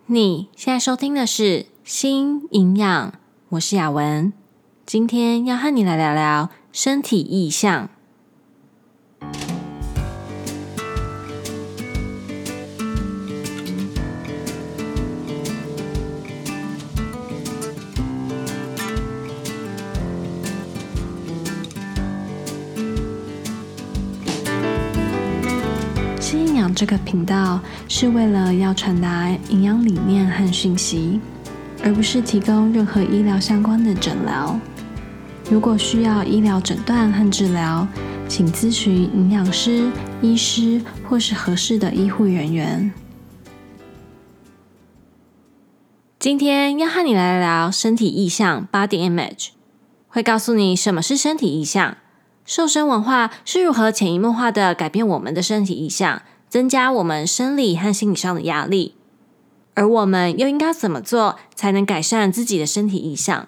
你现在收听的是新营养，我是雅文，今天要和你来聊聊身体意象。新营养这个频道是为了要传达营养理念和讯息，而不是提供任何医疗相关的诊疗。如果需要医疗诊断和治疗，请咨询营养师、医师或是合适的医护人员。今天要和你来聊身体意象 Body Image， 会告诉你什么是身体意象，瘦身文化是如何潜移默化地改变我们的身体意象，增加我们生理和心理上的压力，而我们又应该怎么做才能改善自己的身体意象？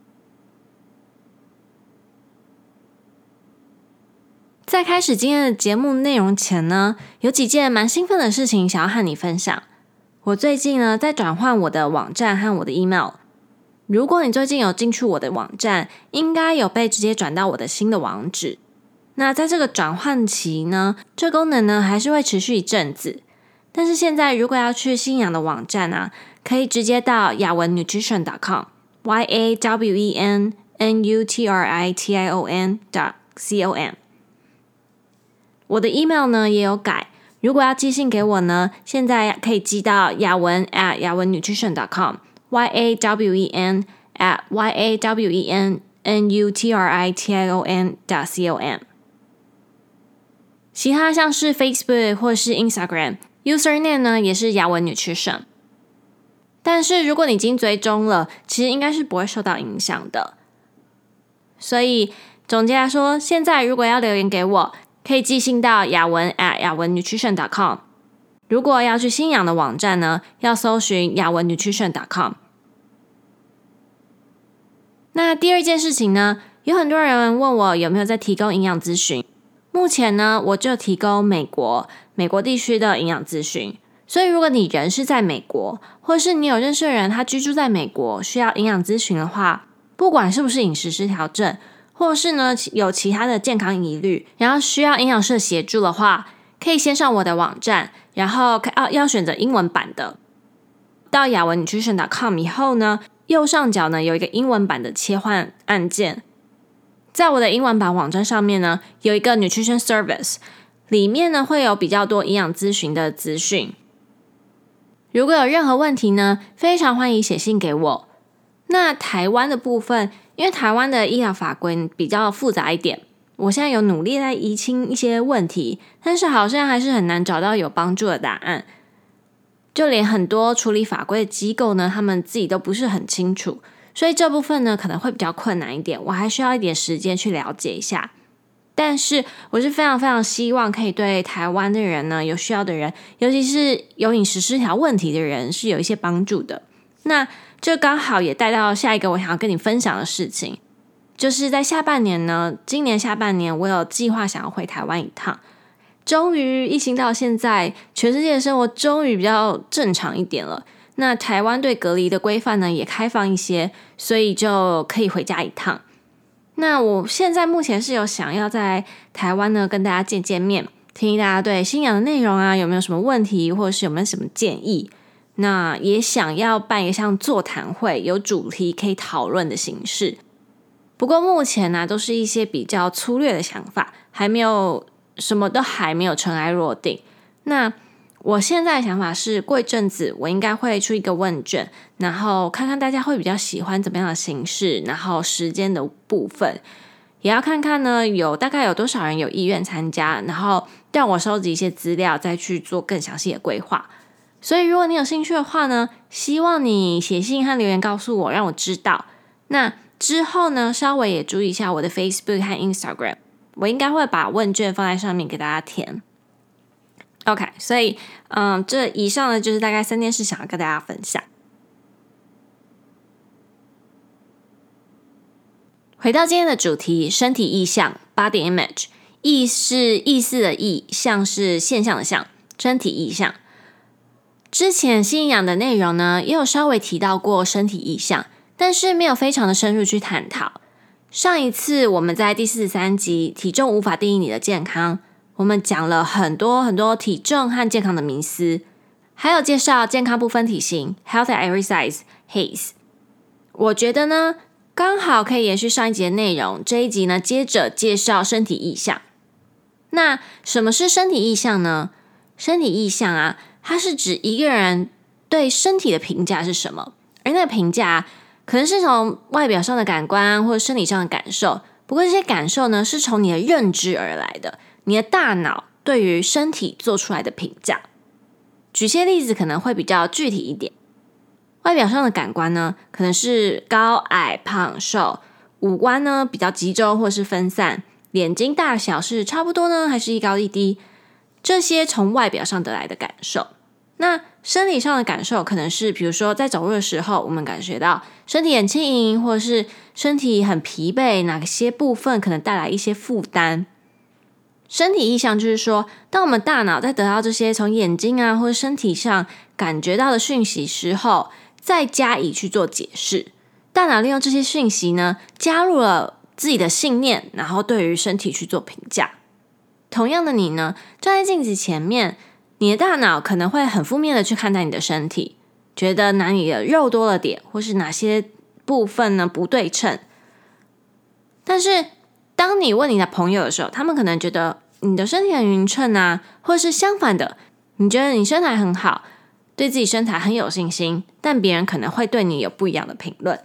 在开始今天的节目内容前呢，有几件蛮兴奋的事情想要和你分享。我最近呢在转换我的网站和我的 email。如果你最近有进去我的网站，应该有被直接转到我的新的网址。那在这个转换期呢，这功能呢还是会持续一阵子。但是现在如果要去新养的网站啊，可以直接到雅文 nutrition.com yawennutrition.com。我的 email 呢也有改，如果要寄信给我呢，现在可以寄到雅文 @yawennutrition.com yawen@yawennutrition.com。 其他像是 Facebook 或是 Instagram username 呢也是雅文 Nutrition。 但是如果你已经追踪了，其实应该是不会受到影响的。所以总结来说，现在如果要留言给我，可以寄信到雅文 @yawennutrition.com。 如果要去新养的网站呢，要搜寻雅文 nutrition.com。 那第二件事情呢，有很多人问我有没有在提供营养咨询。目前呢，我就提供美国地区的营养咨询。所以如果你人是在美国，或是你有认识的人他居住在美国需要营养咨询的话，不管是不是饮食失调症，或是呢有其他的健康疑虑，然后需要营养师的协助的话，可以先上我的网站，然后要选择英文版的。到雅文 nutrition.com 以后呢，右上角呢有一个英文版的切换按键。在我的英文版网站上面呢，有一个 Nutrition Service， 里面呢会有比较多营养咨询的资讯。如果有任何问题呢，非常欢迎写信给我。那台湾的部分，因为台湾的医疗法规比较复杂一点，我现在有努力在厘清一些问题，但是好像还是很难找到有帮助的答案。就连很多处理法规的机构呢，他们自己都不是很清楚，所以这部分呢可能会比较困难一点，我还需要一点时间去了解一下。但是我是非常非常希望可以对台湾的人呢，有需要的人，尤其是有饮食失调问题的人是有一些帮助的。那这刚好也带到下一个我想要跟你分享的事情，就是在下半年呢，今年下半年我有计划想要回台湾一趟。终于疫情到现在，全世界的生活终于比较正常一点了。那台湾对隔离的规范呢也开放一些，所以就可以回家一趟。那我现在目前是有想要在台湾呢跟大家见见面，听大家对新养的内容啊有没有什么问题，或者是有没有什么建议。那也想要办一个像座谈会，有主题可以讨论的形式。不过目前呢都是一些比较粗略的想法，什么都还没有尘埃落定。那我现在的想法是，过一阵子我应该会出一个问卷，然后看看大家会比较喜欢怎么样的形式，然后时间的部分也要看看呢，大概有多少人有意愿参加，然后让我收集一些资料，再去做更详细的规划。所以如果你有兴趣的话呢，希望你写信和留言告诉我，让我知道。那之后呢，稍微也注意一下我的 Facebook 和 Instagram， 我应该会把问卷放在上面给大家填。OK， 所以这以上呢就是大概3件事想要跟大家分享。回到今天的主题，身体意象 Body Image。 意是意思的意，象是现象的象，身体意象。 之前新营养的内容呢，也有稍微提到过身体意象，但是没有非常的深入去探讨。上一次我们在第43集体重无法定义你的健康，我们讲了很多体重和健康的迷思，还有介绍健康不分体型 Health at Every Size HAES。 我觉得呢刚好可以延续上一集的内容，这一集呢接着介绍身体意象。那什么是身体意象呢？身体意象啊，它是指一个人对身体的评价是什么，而那个评价可能是从外表上的感官或者生理上的感受，不过这些感受呢是从你的认知而来的，你的大脑对于身体做出来的评价。举些例子可能会比较具体一点。外表上的感官呢，可能是高矮胖瘦，五官呢比较集中或是分散，眼睛大小是差不多呢还是一高一低，这些从外表上得来的感受。那生理上的感受可能是比如说在走路的时候，我们感觉到身体很轻盈，或者是身体很疲惫，哪些部分可能带来一些负担。身体意象就是说，当我们大脑在得到这些从眼睛啊或者身体上感觉到的讯息时候，再加以去做解释。大脑利用这些讯息呢，加入了自己的信念，然后对于身体去做评价。同样的你呢，站在镜子前面，你的大脑可能会很负面的去看待你的身体，觉得哪里的肉多了点，或是哪些部分呢不对称。但是当你问你的朋友的时候，他们可能觉得你的身体很匀称啊，或是相反的，你觉得你身材很好，对自己身材很有信心，但别人可能会对你有不一样的评论。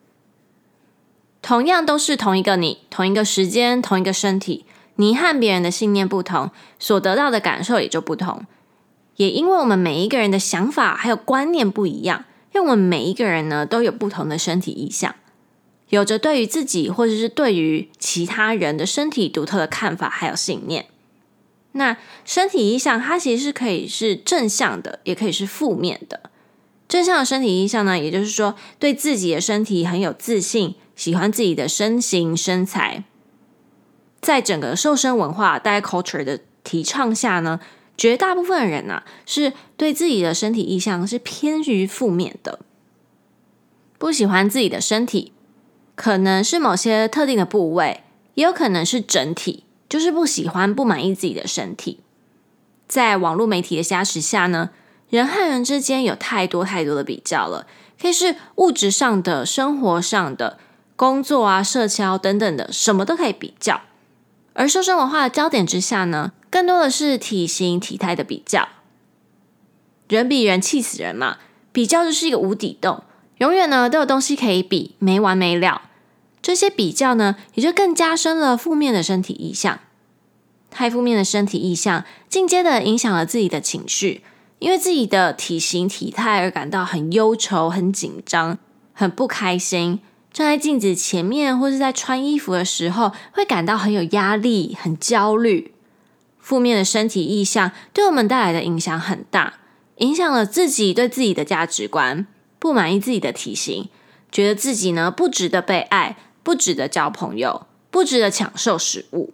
同样都是同一个你，同一个时间，同一个身体，你和别人的信念不同，所得到的感受也就不同。也因为我们每一个人的想法还有观念不一样，因为我们每一个人呢都有不同的身体意象，有着对于自己或者是对于其他人的身体独特的看法还有信念。那身体意象它其实是可以是正向的，也可以是负面的。正向的身体意象呢，也就是说对自己的身体很有自信，喜欢自己的身形身材。在整个瘦身文化 diet culture 的提倡下呢，绝大部分的人啊，是对自己的身体意象是偏于负面的。不喜欢自己的身体，可能是某些特定的部位，也有可能是整体，就是不喜欢不满意自己的身体。在网络媒体的加持下呢，人和人之间有太多的比较了，可以是物质上的、生活上的、工作啊、社交等等的，什么都可以比较。而瘦身文化的焦点之下呢，更多的是体型体态的比较。人比人气死人嘛，比较就是一个无底洞，永远呢都有东西可以比，没完没了。这些比较呢，也就更加深了负面的身体意象。太负面的身体意象，进阶的影响了自己的情绪，因为自己的体型体态而感到很忧愁、很紧张、很不开心。站在镜子前面或是在穿衣服的时候，会感到很有压力、很焦虑。负面的身体意象对我们带来的影响很大，影响了自己对自己的价值观，不满意自己的体型，觉得自己呢不值得被爱，不值得交朋友，不值得享受食物。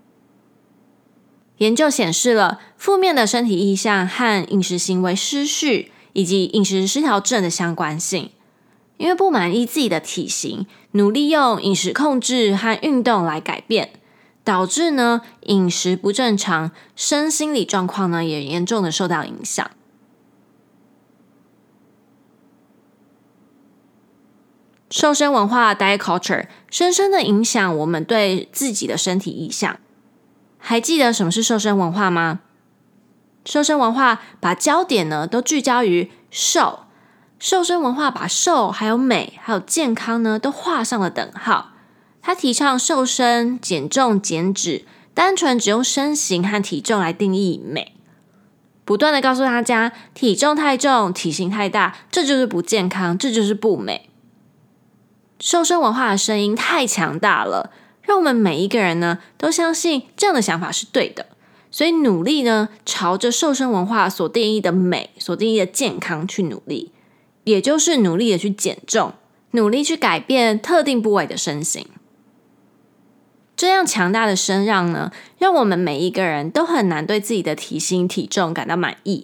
研究显示了负面的身体意象和饮食行为失序以及饮食失调症的相关性。因为不满意自己的体型，努力用饮食控制和运动来改变，导致呢饮食不正常，身心理状况呢也严重的受到影响。瘦身文化 diet culture 深深的影响我们对自己的身体意象。还记得什么是瘦身文化吗？瘦身文化把焦点呢都聚焦于瘦，瘦身文化把瘦还有美还有健康呢都画上了等号。它提倡瘦身、减重、减脂，单纯只用身形和体重来定义美，不断的告诉大家体重太重、体型太大，这就是不健康，这就是不美。瘦身文化的声音太强大了，让我们每一个人呢都相信这样的想法是对的，所以努力呢朝着瘦身文化所定义的美、所定义的健康去努力，也就是努力的去减重，努力去改变特定部位的身形。这样强大的声浪呢，让我们每一个人都很难对自己的体型体重感到满意，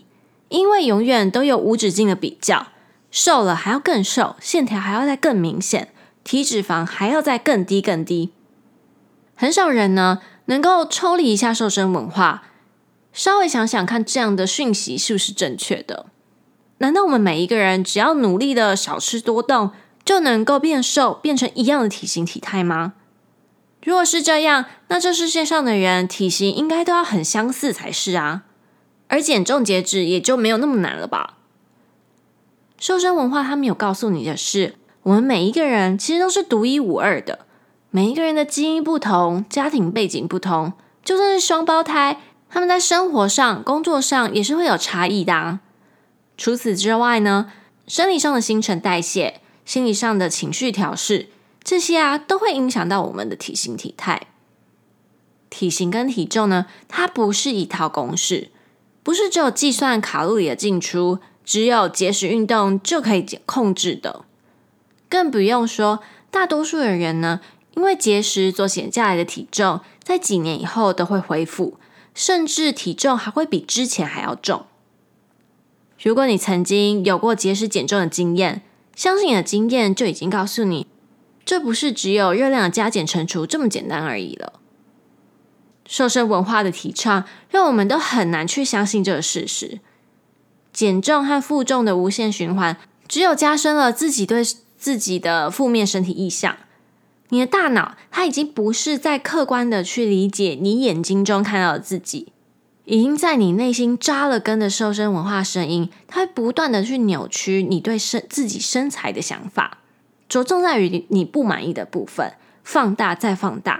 因为永远都有无止境的比较，瘦了还要更瘦，线条还要再更明显，体脂肪还要再更低更低。很少人呢能够抽离一下瘦身文化，稍微想想看这样的讯息是不是正确的。难道我们每一个人只要努力的少吃多动，就能够变瘦，变成一样的体型体态吗？如果是这样，那这世界上的人体型应该都要很相似才是啊，而减重减脂也就没有那么难了吧。瘦身文化他没有告诉你的是，我们每一个人其实都是独一无二的，每一个人的基因不同，家庭背景不同，就算是双胞胎，他们在生活上、工作上也是会有差异的啊。除此之外呢，生理上的新陈代谢，心理上的情绪调试，这些啊都会影响到我们的体型体态。体型跟体重呢，它不是一套公式，不是只有计算卡路里的进出，只有节食运动就可以控制的。更不用说大多数的人呢，因为节食所减下来的体重，在几年以后都会恢复，甚至体重还会比之前还要重。如果你曾经有过节食减重的经验，相信你的经验就已经告诉你，这不是只有热量的加减乘除这么简单而已了。瘦身文化的提倡，让我们都很难去相信这个事实。减重和负重的无限循环，只有加深了自己对自己的负面身体意象。你的大脑，它已经不是在客观的去理解你眼睛中看到的自己，已经在你内心扎了根的瘦身文化声音，它会不断的去扭曲你对自己身材的想法，着重在于你不满意的部分，放大再放大。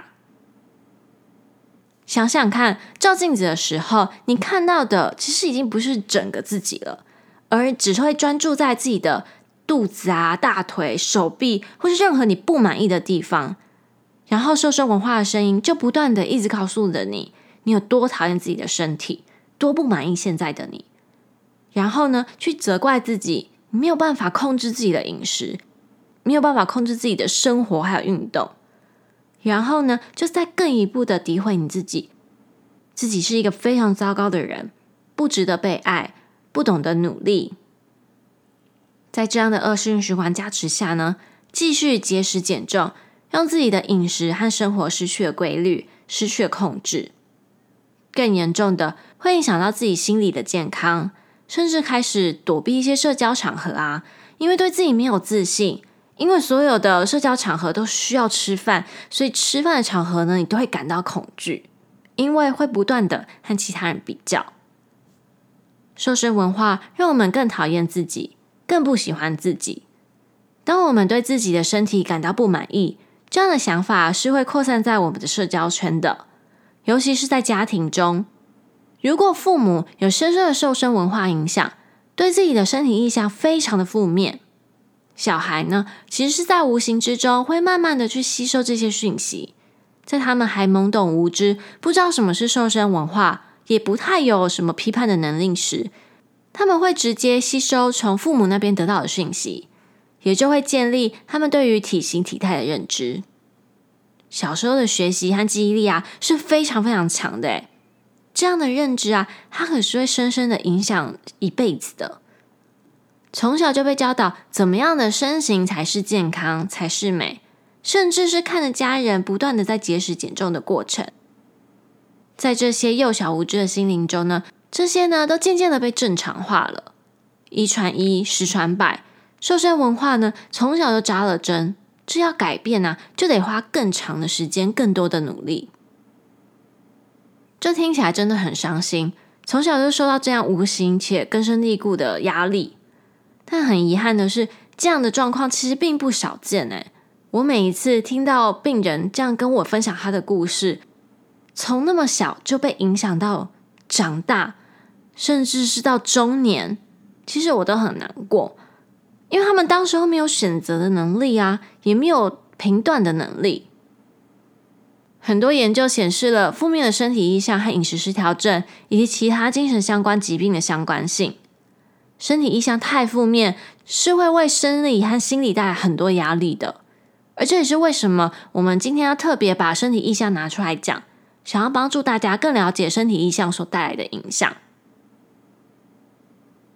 想想看，照镜子的时候，你看到的其实已经不是整个自己了，而只会专注在自己的肚子啊、大腿、手臂，或是任何你不满意的地方。然后瘦身文化的声音就不断的一直告诉着你，你有多讨厌自己的身体，多不满意现在的你。然后呢，去责怪自己，你没有办法控制自己的饮食，没有办法控制自己的生活还有运动。然后呢，就再更一步的诋毁你自己，自己是一个非常糟糕的人，不值得被爱，不懂得努力。在这样的恶性循环加持下呢，继续节食减重，让自己的饮食和生活失去了规律，失去了控制。更严重的，会影响到自己心理的健康，甚至开始躲避一些社交场合啊，因为对自己没有自信。因为所有的社交场合都需要吃饭，所以吃饭的场合呢，你都会感到恐惧，因为会不断的和其他人比较。瘦身文化让我们更讨厌自己，更不喜欢自己。当我们对自己的身体感到不满意，这样的想法是会扩散在我们的社交圈的，尤其是在家庭中。如果父母有深深的瘦身文化影响，对自己的身体印象非常的负面，小孩呢，其实是在无形之中会慢慢的去吸收这些讯息。在他们还懵懂无知，不知道什么是瘦身文化，也不太有什么批判的能力时，他们会直接吸收从父母那边得到的讯息，也就会建立他们对于体型体态的认知。小时候的学习和记忆力啊，是非常非常强的耶。这样的认知啊，它可是会深深的影响一辈子的。从小就被教导怎么样的身形才是健康，才是美，甚至是看着家人不断的在节食减重的过程。在这些幼小无知的心灵中呢，这些呢都渐渐的被正常化了。一传一，十传百，瘦身文化呢从小就扎了针，这要改变啊，就得花更长的时间，更多的努力。这听起来真的很伤心，从小就受到这样无形且根深蒂固的压力。但很遗憾的是，这样的状况其实并不少见诶。我每一次听到病人这样跟我分享他的故事，从那么小就被影响到长大，甚至是到中年，其实我都很难过，因为他们当时候没有选择的能力啊，也没有评断的能力。很多研究显示了负面的身体意象和饮食失调症以及其他精神相关疾病的相关性。身体意象太负面，是会为生理和心理带来很多压力的。而这也是为什么我们今天要特别把身体意象拿出来讲，想要帮助大家更了解身体意象所带来的影响。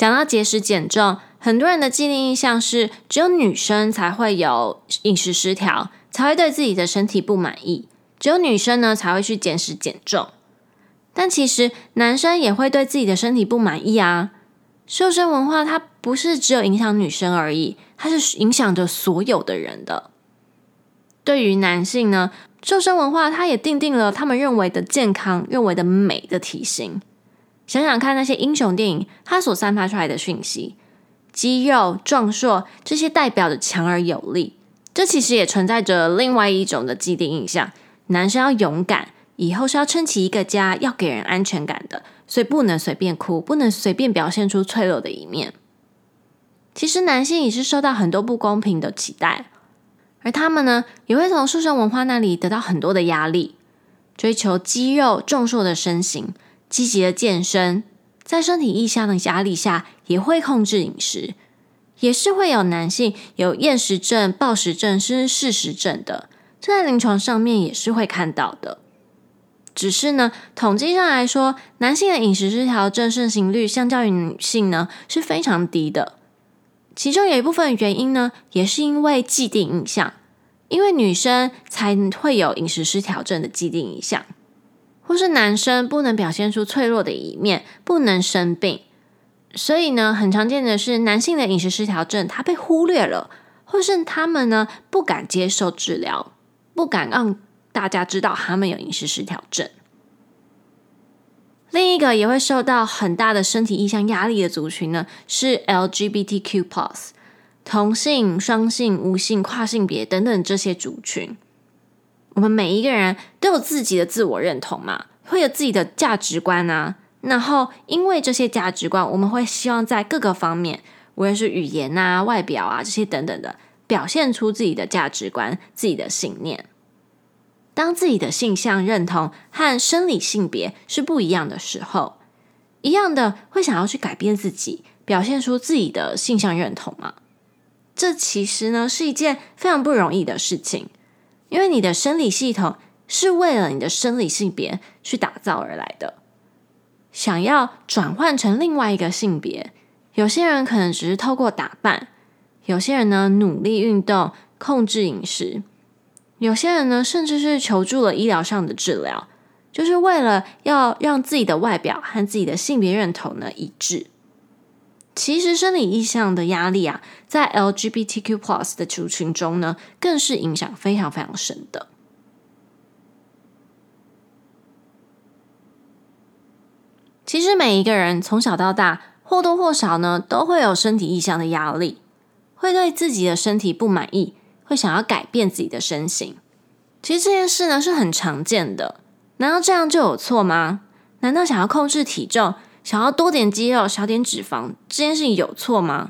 讲到节食减重，很多人的既定印象是只有女生才会有饮食失调，才会对自己的身体不满意，只有女生呢才会去减食减重。但其实男生也会对自己的身体不满意啊。瘦身文化它不是只有影响女生而已，它是影响着所有的人的。对于男性呢，瘦身文化它也订定了他们认为的健康、认为的美的体型。想想看那些英雄电影，它所散发出来的讯息，肌肉、壮硕，这些代表着强而有力。这其实也存在着另外一种的既定印象，男生要勇敢，以后是要撑起一个家，要给人安全感的，所以不能随便哭，不能随便表现出脆弱的一面。其实男性也是受到很多不公平的期待，而他们呢，也会从瘦身文化那里得到很多的压力，追求肌肉壮硕的身形，积极的健身，在身体意向的压力下，也会控制饮食，也是会有男性有厌食症、暴食症甚至嗜食症的，这在临床上面也是会看到的。只是呢，统计上来说，男性的饮食失调症盛行率相较于女性呢是非常低的。其中有一部分原因呢，也是因为既定印象，因为女生才会有饮食失调症的既定印象，或是男生不能表现出脆弱的一面，不能生病，所以呢，很常见的是男性的饮食失调症它被忽略了，或是他们呢不敢接受治疗，不敢让大家知道他们有饮食失调症。另一个也会受到很大的身体意向压力的族群呢，是 LGBTQ+， 同性、双性、无性、跨性别等等这些族群。我们每一个人都有自己的自我认同嘛，会有自己的价值观啊，然后因为这些价值观，我们会希望在各个方面，无论是语言啊、外表啊这些等等的，表现出自己的价值观、自己的信念。当自己的性向认同和生理性别是不一样的时候，一样的会想要去改变自己，表现出自己的性向认同嘛？这其实呢是一件非常不容易的事情，因为你的生理系统是为了你的生理性别去打造而来的。想要转换成另外一个性别，有些人可能只是透过打扮，有些人呢努力运动、控制饮食，有些人呢甚至是求助了医疗上的治疗，就是为了要让自己的外表和自己的性别认同呢一致。其实生理意向的压力啊，在 LGBTQ+ 的族群中呢，更是影响非常非常深的。其实每一个人从小到大或多或少呢，都会有身体意向的压力，会对自己的身体不满意，会想要改变自己的身形。其实这件事呢是很常见的，难道这样就有错吗？难道想要控制体重，想要多点肌肉少点脂肪，这件事情有错吗？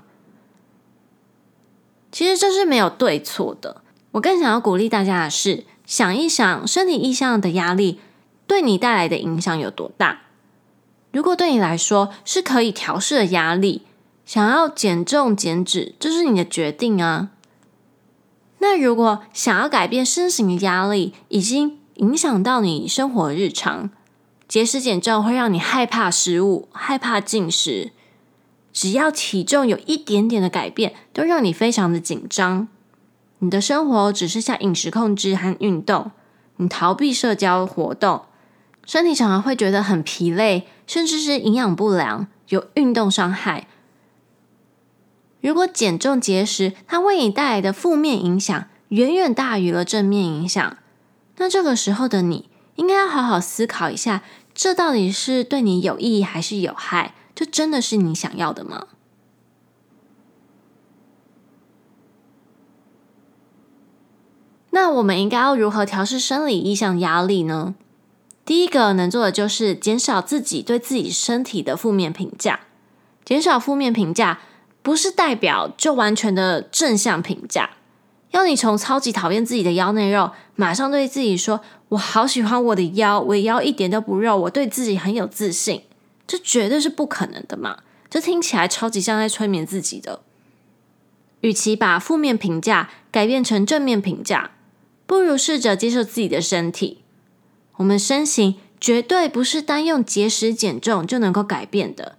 其实这是没有对错的。我更想要鼓励大家的是，想一想身体意向的压力对你带来的影响有多大。如果对你来说是可以调试的压力，想要减重减脂，这是你的决定啊。那如果想要改变身形的压力已经影响到你生活日常，节食减重会让你害怕食物，害怕进食，只要体重有一点点的改变，都让你非常的紧张。你的生活只剩下饮食控制和运动，你逃避社交活动，身体常常会觉得很疲累，甚至是营养不良，有运动伤害。如果减重节食，它为你带来的负面影响远远大于了正面影响，那这个时候的你应该要好好思考一下，这到底是对你有益还是有害？这真的是你想要的吗？那我们应该要如何调试生理意向压力呢？第一个能做的就是减少自己对自己身体的负面评价。减少负面评价不是代表就完全的正向评价，要你从超级讨厌自己的腰内肉，马上对自己说我好喜欢我的腰，我的腰一点都不肉，我对自己很有自信，这绝对是不可能的嘛，这听起来超级像在催眠自己的。与其把负面评价改变成正面评价，不如试着接受自己的身体。我们身形绝对不是单用节食减重就能够改变的，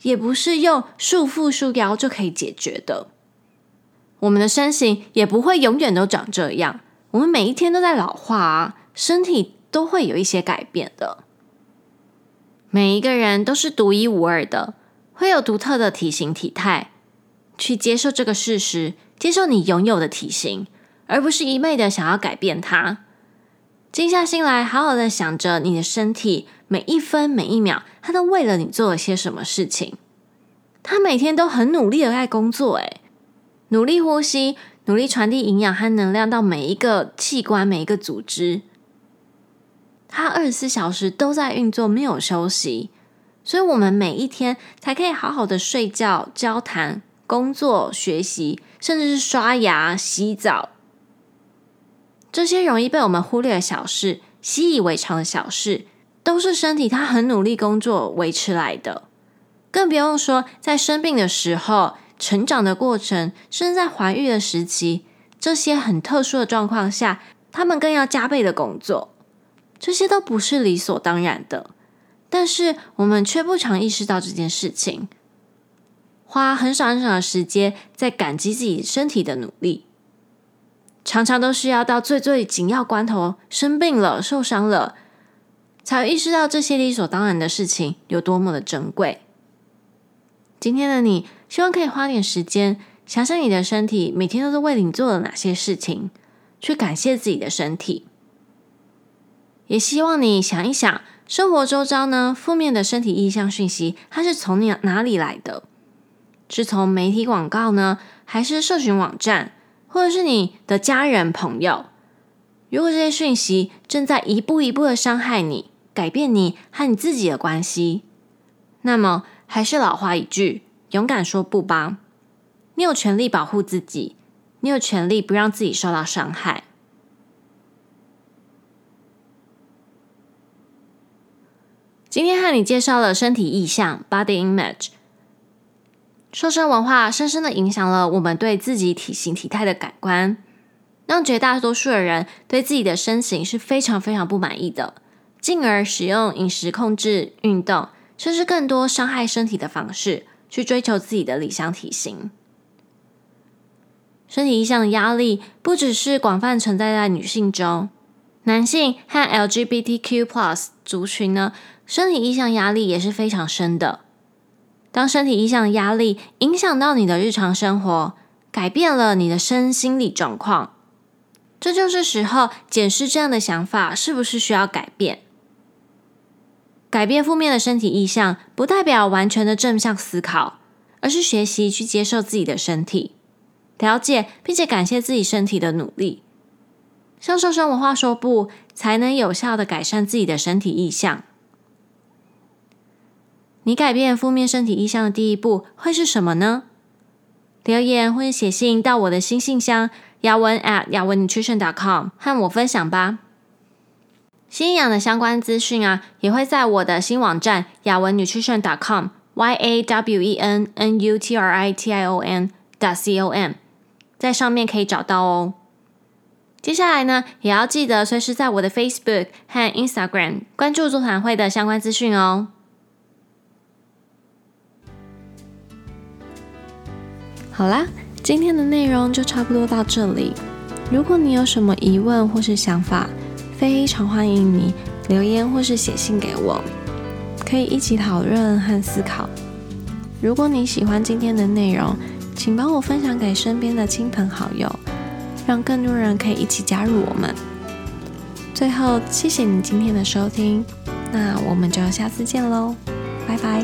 也不是用束缚束腰就可以解决的。我们的身形也不会永远都长这样，我们每一天都在老化啊，身体都会有一些改变的。每一个人都是独一无二的，会有独特的体型体态，去接受这个事实，接受你拥有的体型，而不是一昧的想要改变它。静下心来，好好的想着你的身体，每一分每一秒，它都为了你做了些什么事情。它每天都很努力的在工作，努力呼吸，努力传递营养和能量到每一个器官、每一个组织。它24小时都在运作，没有休息。所以我们每一天才可以好好的睡觉、交谈、工作、学习，甚至是刷牙、洗澡。这些容易被我们忽略的小事，习以为常的小事，都是身体它很努力工作维持来的。更不用说在生病的时候、成长的过程，甚至在怀孕的时期，这些很特殊的状况下，他们更要加倍的工作。这些都不是理所当然的，但是我们却不常意识到这件事情，花很少很少的时间在感激自己身体的努力。常常都是要到最最紧要关头，生病了、受伤了，才会意识到这些理所当然的事情有多么的珍贵。今天的你，希望可以花点时间，想想你的身体每天都是为你做了哪些事情，去感谢自己的身体。也希望你想一想，生活周遭呢，负面的身体意象讯息，它是从你哪里来的？是从媒体广告呢，还是社群网站？或者是你的家人朋友，如果这些讯息正在一步一步的伤害你，改变你和你自己的关系，那么还是老话一句，勇敢说不吧。你有权利保护自己，你有权利不让自己受到伤害。今天和你介绍了身体意象 Body Image。瘦身文化深深的影响了我们对自己体型体态的感官，让绝大多数的人对自己的身形是非常非常不满意的，进而使用饮食控制、运动，甚至更多伤害身体的方式，去追求自己的理想体型。身体意象的压力不只是广泛存在在女性中，男性和 LGBTQ+ 族群呢，身体意象压力也是非常深的。当身体意象的压力影响到你的日常生活，改变了你的身心理状况，这就是时候检视这样的想法是不是需要改变。改变负面的身体意象，不代表完全的正向思考，而是学习去接受自己的身体，了解并且感谢自己身体的努力，向瘦身文化说不，才能有效的改善自己的身体意象。你改变负面身体意象的第一步会是什么呢？留言或者写信到我的新信箱yawen@yawennutrition.com 和我分享吧。新营养的相关资讯也会在我的新网站yawennutrition.com yawennutrition.com 在上面可以找到哦。接下来呢，也要记得随时在我的 Facebook 和 Instagram 关注座谈会的相关资讯哦。好啦，今天的内容就差不多到这里。如果你有什么疑问或是想法，非常欢迎你留言或是写信给我，可以一起讨论和思考。如果你喜欢今天的内容，请帮我分享给身边的亲朋好友，让更多人可以一起加入我们。最后，谢谢你今天的收听，那我们就下次见喽，拜拜。